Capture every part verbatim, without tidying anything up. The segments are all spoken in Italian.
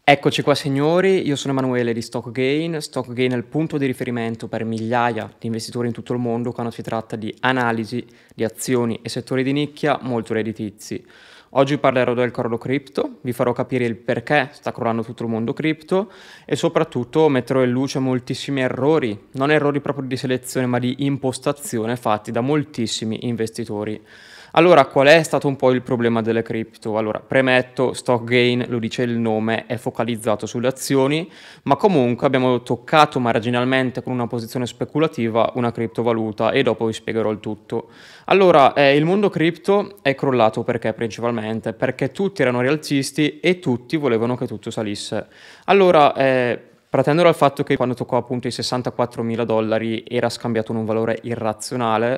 Eccoci qua signori, io sono Emanuele di StockGain. StockGain è il punto di riferimento per migliaia di investitori in tutto il mondo quando si tratta di analisi di azioni e settori di nicchia molto redditizi. Oggi parlerò del crollo cripto, vi farò capire il perché sta crollando tutto il mondo cripto e soprattutto metterò in luce moltissimi errori, non errori proprio di selezione ma di impostazione fatti da moltissimi investitori. Allora, qual è stato un po' il problema delle cripto? Allora, premetto, StockGain, lo dice il nome, è focalizzato sulle azioni, ma comunque abbiamo toccato marginalmente con una posizione speculativa una criptovaluta e dopo vi spiegherò il tutto. Allora, eh, il mondo cripto è crollato perché principalmente? Perché tutti erano rialzisti e tutti volevano che tutto salisse. Allora, eh, partendo dal fatto che quando toccò appunto i sessantaquattromila dollari era scambiato in un valore irrazionale,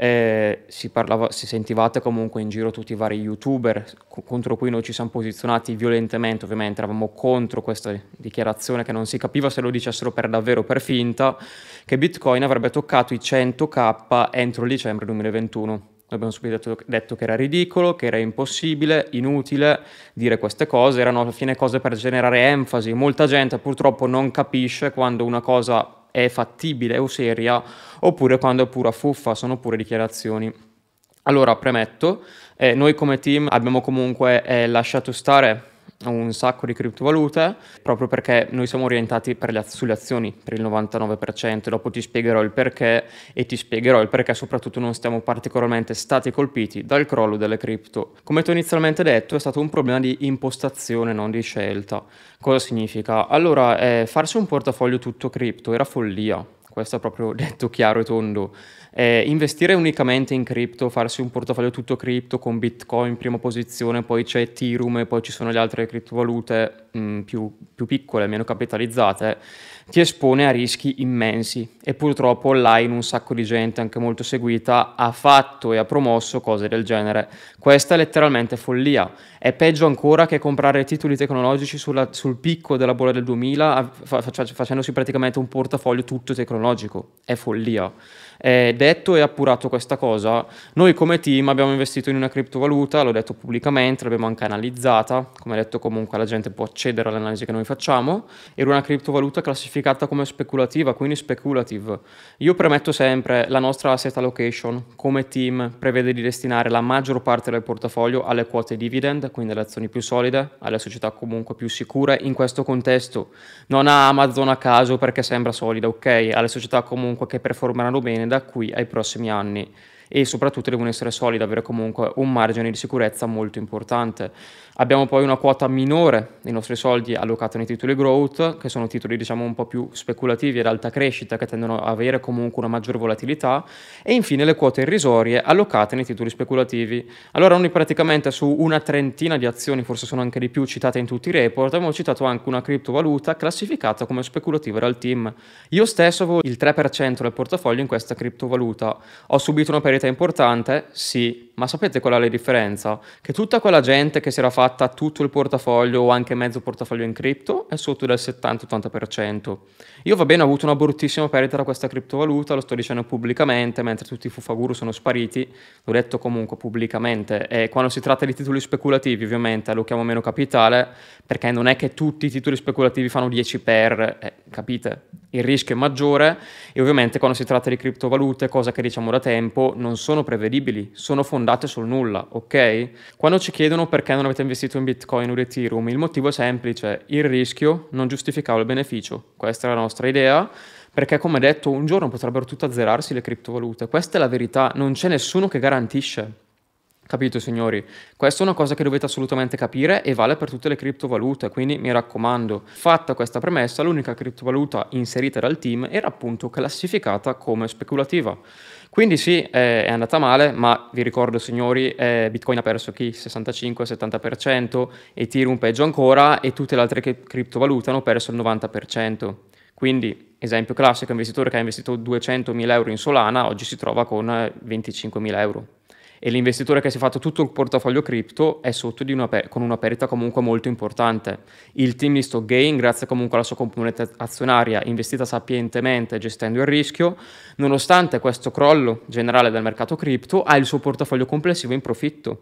eh, si parlava, si sentivate comunque in giro tutti i vari youtuber co- contro cui noi ci siamo posizionati violentemente, ovviamente eravamo contro questa dichiarazione che non si capiva se lo dicessero per davvero o per finta, che Bitcoin avrebbe toccato i cento k entro il dicembre duemilaventuno. Noi abbiamo subito detto, detto che era ridicolo, che era impossibile, inutile dire queste cose, erano alla fine cose per generare enfasi. Molta gente purtroppo non capisce quando una cosa è fattibile o seria oppure quando è pura fuffa, sono pure dichiarazioni. Allora, premetto, eh, noi come team abbiamo comunque eh, lasciato stare un sacco di criptovalute proprio perché noi siamo orientati per le az- sulle azioni per il novantanove per cento, dopo ti spiegherò il perché e ti spiegherò il perché soprattutto non stiamo particolarmente stati colpiti dal crollo delle cripto. Come ti ho inizialmente detto è stato un problema di impostazione, non di scelta. Cosa significa? Allora, eh, farsi un portafoglio tutto cripto era follia. Questo è proprio detto chiaro e tondo. Eh, investire unicamente in cripto, farsi un portafoglio tutto cripto con Bitcoin in prima posizione, poi c'è Ethereum e poi ci sono le altre criptovalute mh, più, più piccole, meno capitalizzate, ti espone a rischi immensi e purtroppo online un sacco di gente, anche molto seguita, ha fatto e ha promosso cose del genere. Questa è letteralmente follia. È peggio ancora che comprare titoli tecnologici sulla- sul picco della bolla del duemila, fa- fa- facendosi praticamente un portafoglio tutto tecnologico. È follia. Eh, detto e appurato questa cosa, noi come team abbiamo investito in una criptovaluta, l'ho detto pubblicamente, l'abbiamo anche analizzata, come detto comunque la gente può accedere all'analisi che noi facciamo, era una criptovaluta classificata come speculativa, quindi speculative. Io premetto sempre la nostra asset allocation come team prevede di destinare la maggior parte del portafoglio alle quote dividend, quindi alle azioni più solide, alle società comunque più sicure. In questo contesto non a Amazon a caso perché sembra solida, ok, alle società comunque che performeranno bene da qui ai prossimi anni e soprattutto devono essere solide, avere comunque un margine di sicurezza molto importante. Abbiamo poi una quota minore dei nostri soldi allocata nei titoli growth, che sono titoli diciamo un po' più speculativi ad alta crescita, che tendono ad avere comunque una maggiore volatilità, e infine le quote irrisorie allocate nei titoli speculativi. Allora noi praticamente su una trentina di azioni, forse sono anche di più citate in tutti i report, abbiamo citato anche una criptovaluta classificata come speculativa dal team. Io stesso avevo il tre per cento del portafoglio in questa criptovaluta. Ho subito una perdita importante? Sì, ma sapete qual è la differenza? Che tutta quella gente che si era fatta tutto il portafoglio o anche mezzo portafoglio in cripto è sotto del settanta ottanta per cento. Io va bene, ho avuto una bruttissima perdita da questa criptovaluta, lo sto dicendo pubblicamente, mentre tutti i fufaguru sono spariti, l'ho detto comunque pubblicamente, e quando si tratta di titoli speculativi ovviamente allochiamo meno capitale, perché non è che tutti i titoli speculativi fanno dieci per, eh, capite? Il rischio è maggiore e ovviamente quando si tratta di criptovalute, cosa che diciamo da tempo, non sono prevedibili, sono fondate sul nulla, ok? Quando ci chiedono perché non avete investito in Bitcoin o Ethereum, il motivo è semplice, il rischio non giustificava il beneficio, questa è la nostra idea, perché come detto un giorno potrebbero tutte azzerarsi le criptovalute, questa è la verità, non c'è nessuno che garantisce. Capito, signori? Questa è una cosa che dovete assolutamente capire e vale per tutte le criptovalute, quindi mi raccomando, fatta questa premessa, l'unica criptovaluta inserita dal team era appunto classificata come speculativa. Quindi sì, eh, è andata male, ma vi ricordo, signori, eh, Bitcoin ha perso chi? sessantacinque settanta per cento, Ethereum peggio ancora e tutte le altre cri- criptovalute hanno perso il novanta per cento. Quindi, esempio classico, investitore che ha investito duecentomila euro in Solana, oggi si trova con eh, venticinquemila euro e l'investitore che si è fatto tutto il portafoglio cripto è sotto di una pe- con una perdita comunque molto importante. Il team di StockGain, grazie comunque alla sua componente azionaria investita sapientemente gestendo il rischio, nonostante questo crollo generale del mercato cripto, ha il suo portafoglio complessivo in profitto.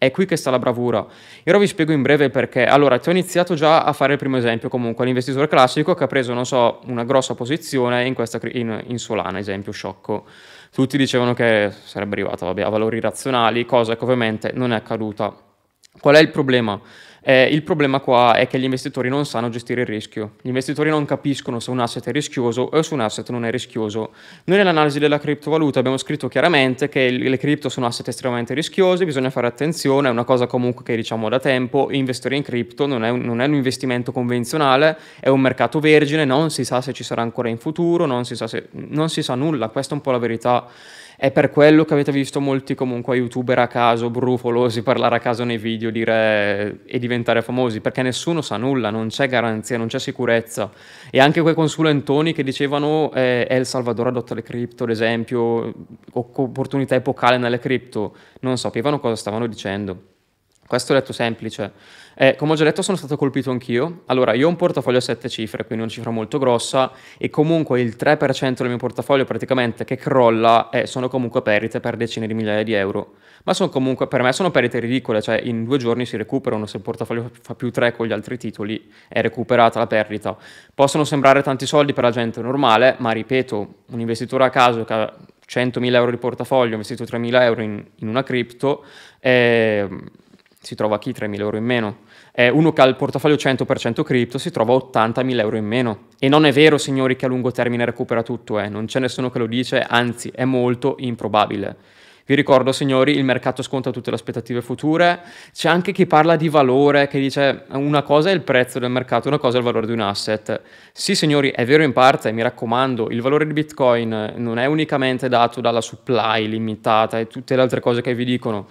È qui che sta la bravura. E ora vi spiego in breve perché. Allora, ti ho iniziato già a fare il primo esempio comunque, l'investitore classico che ha preso, non so, una grossa posizione in, questa, in, in Solana, esempio sciocco. Tutti dicevano che sarebbe arrivata, vabbè, a valori razionali, cosa che ovviamente non è accaduta. Qual è il problema? Eh, il problema qua è che gli investitori non sanno gestire il rischio. Gli investitori non capiscono se un asset è rischioso o se un asset non è rischioso. Noi nell'analisi della criptovaluta abbiamo scritto chiaramente che le cripto sono asset estremamente rischiosi, bisogna fare attenzione, è una cosa comunque che diciamo da tempo, investire in cripto non è, un, non è un investimento convenzionale, è un mercato vergine, non si sa se ci sarà ancora in futuro, non si sa, se, non si sa nulla, questa è un po' la verità. È per quello che avete visto molti comunque youtuber a caso, brufolosi, parlare a caso nei video, dire e diventare famosi, perché nessuno sa nulla, non c'è garanzia, non c'è sicurezza. E anche quei consulentoni che dicevano eh, El Salvador adotta le cripto, ad esempio, opportunità epocale nelle cripto, non sapevano cosa stavano dicendo. Questo è detto semplice. Eh, come ho già detto sono stato colpito anch'io. Allora, io ho un portafoglio a sette cifre, quindi una cifra molto grossa, e comunque il tre per cento del mio portafoglio praticamente che crolla e sono comunque perdite per decine di migliaia di euro. Ma sono comunque, per me sono perdite ridicole, cioè in due giorni si recuperano, se il portafoglio fa più tre con gli altri titoli è recuperata la perdita. Possono sembrare tanti soldi per la gente normale, ma ripeto, un investitore a caso che ha centomila euro di portafoglio, ha investito tremila euro in, in una cripto, eh, si trova chi tremila euro in meno. Eh, uno che ha il portafoglio cento per cento cripto si trova ottantamila euro in meno. E non è vero, signori, che a lungo termine recupera tutto, eh. Non c'è nessuno che lo dice, anzi è molto improbabile. Vi ricordo, signori, il mercato sconta tutte le aspettative future. C'è anche chi parla di valore, che dice una cosa è il prezzo del mercato, una cosa è il valore di un asset. Sì, signori, è vero in parte, mi raccomando, il valore di Bitcoin non è unicamente dato dalla supply limitata e tutte le altre cose che vi dicono.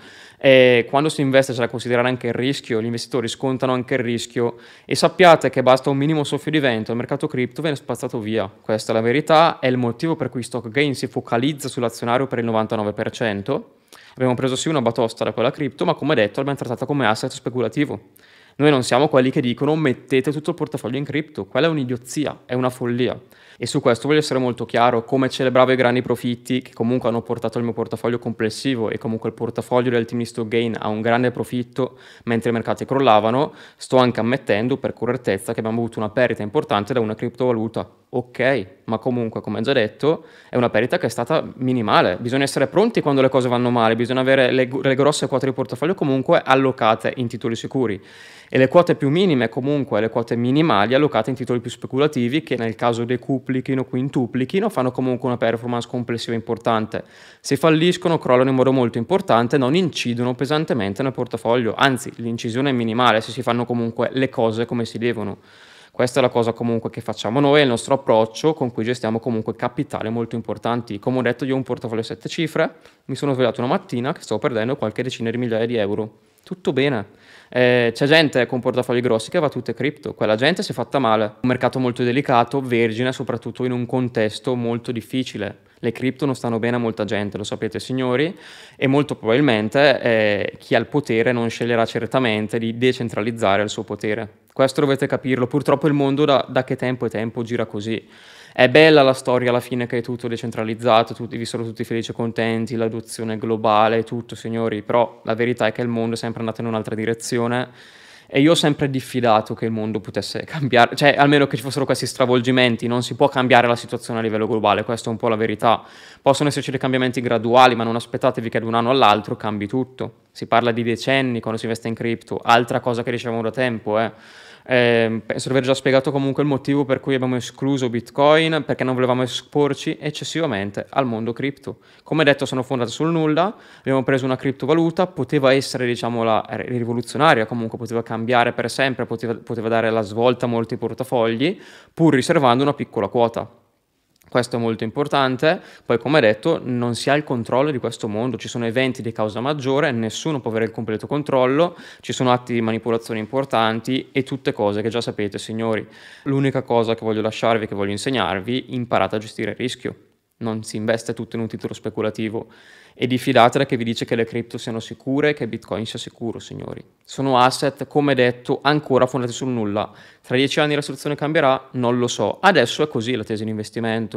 E quando si investe c'è da considerare anche il rischio, gli investitori scontano anche il rischio e sappiate che basta un minimo soffio di vento, il mercato cripto viene spazzato via. Questa è la verità, è il motivo per cui StockGain si focalizza sull'azionario per il novantanove per cento. Abbiamo preso sì una batosta da quella cripto, ma come detto l'abbiamo trattata come asset speculativo. Noi non siamo quelli che dicono mettete tutto il portafoglio in cripto, quella è un'idiozia, è una follia. E su questo voglio essere molto chiaro, come celebravo i grandi profitti che comunque hanno portato il mio portafoglio complessivo e comunque il portafoglio del team di StockGain a un grande profitto mentre i mercati crollavano, sto anche ammettendo per correttezza che abbiamo avuto una perdita importante da una criptovaluta. Ok, ma comunque come già detto è una perdita che è stata minimale, bisogna essere pronti quando le cose vanno male, bisogna avere le, le grosse quote di portafoglio comunque allocate in titoli sicuri. E le quote più minime comunque, le quote minimali allocate in titoli più speculativi che nel caso decuplichino, quintuplichino, fanno comunque una performance complessiva importante. Se falliscono, crollano in modo molto importante, non incidono pesantemente nel portafoglio, anzi l'incisione è minimale se si fanno comunque le cose come si devono. Questa è la cosa comunque che facciamo noi, è il nostro approccio con cui gestiamo comunque capitali molto importanti. Come ho detto io ho un portafoglio a sette cifre, mi sono svegliato una mattina che stavo perdendo qualche decina di migliaia di euro. Tutto bene. Eh, c'è gente con portafogli grossi che va tutte cripto, quella gente si è fatta male. Un mercato molto delicato, vergine, soprattutto in un contesto molto difficile. Le cripto non stanno bene a molta gente, lo sapete signori, e molto probabilmente eh, chi ha il potere non sceglierà certamente di decentralizzare il suo potere. Questo dovete capirlo, purtroppo il mondo da, da che tempo è tempo gira così. È bella la storia alla fine che è tutto decentralizzato, tutti, vi sono tutti felici e contenti, l'adozione globale, tutto signori, però la verità è che il mondo è sempre andato in un'altra direzione e io ho sempre diffidato che il mondo potesse cambiare, cioè almeno che ci fossero questi stravolgimenti, non si può cambiare la situazione a livello globale, questa è un po' la verità. Possono esserci dei cambiamenti graduali, ma non aspettatevi che da un anno all'altro cambi tutto. Si parla di decenni quando si investe in cripto, altra cosa che dicevamo da tempo è... Eh. Eh, penso di aver già spiegato comunque il motivo per cui abbiamo escluso Bitcoin, perché non volevamo esporci eccessivamente al mondo cripto. Come detto sono fondate sul nulla, abbiamo preso una criptovaluta, poteva essere diciamo la rivoluzionaria, comunque poteva cambiare per sempre, poteva, poteva dare la svolta a molti portafogli, pur riservando una piccola quota. Questo è molto importante, poi come detto non si ha il controllo di questo mondo, ci sono eventi di causa maggiore, nessuno può avere il completo controllo, ci sono atti di manipolazione importanti e tutte cose che già sapete signori. L'unica cosa che voglio lasciarvi, che voglio insegnarvi, imparate a gestire il rischio. Non si investe tutto in un titolo speculativo e diffidate da chi vi dice che le cripto siano sicure e che Bitcoin sia sicuro, signori. Sono asset, come detto, ancora fondati sul nulla. Tra dieci anni la situazione cambierà? Non lo so. Adesso è così la tesi di investimento.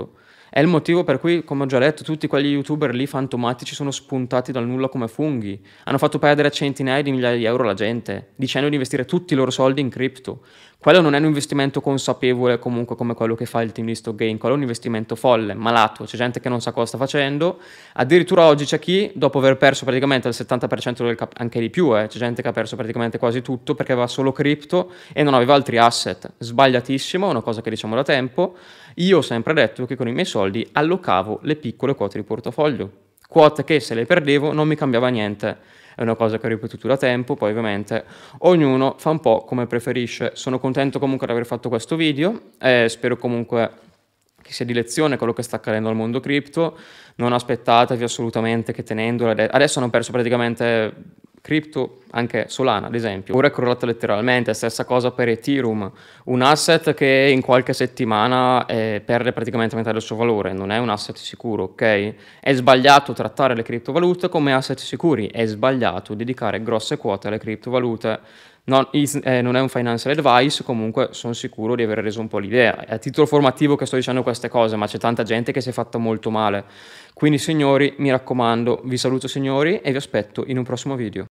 È il motivo per cui, come ho già detto, tutti quegli youtuber lì fantomatici sono spuntati dal nulla come funghi. Hanno fatto perdere centinaia di migliaia di euro alla gente, dicendo di investire tutti i loro soldi in cripto. Quello non è un investimento consapevole comunque come quello che fa il team di Stockgain, quello è un investimento folle, malato, c'è gente che non sa cosa sta facendo. Addirittura oggi c'è chi, dopo aver perso praticamente il settanta per cento del cap- anche di più, eh, c'è gente che ha perso praticamente quasi tutto perché aveva solo cripto e non aveva altri asset. Sbagliatissimo, è una cosa che diciamo da tempo. Io ho sempre detto che con i miei soldi allocavo le piccole quote di portafoglio, quote che se le perdevo non mi cambiava niente. È una cosa che ho ripetuto da tempo, poi ovviamente ognuno fa un po' come preferisce. Sono contento comunque di aver fatto questo video e spero comunque che sia di lezione quello che sta accadendo al mondo cripto. Non aspettatevi assolutamente che tenendola... Adesso hanno perso praticamente cripto, anche Solana ad esempio. Ora è crollata letteralmente, stessa cosa per Ethereum, un asset che in qualche settimana eh, perde praticamente metà del suo valore, non è un asset sicuro, ok? È sbagliato trattare le criptovalute come asset sicuri, è sbagliato dedicare grosse quote alle criptovalute. Non, is, eh, non è un financial advice, comunque sono sicuro di aver reso un po' l'idea. È a titolo formativo che sto dicendo queste cose, ma c'è tanta gente che si è fatta molto male. Quindi signori, mi raccomando, vi saluto signori e vi aspetto in un prossimo video.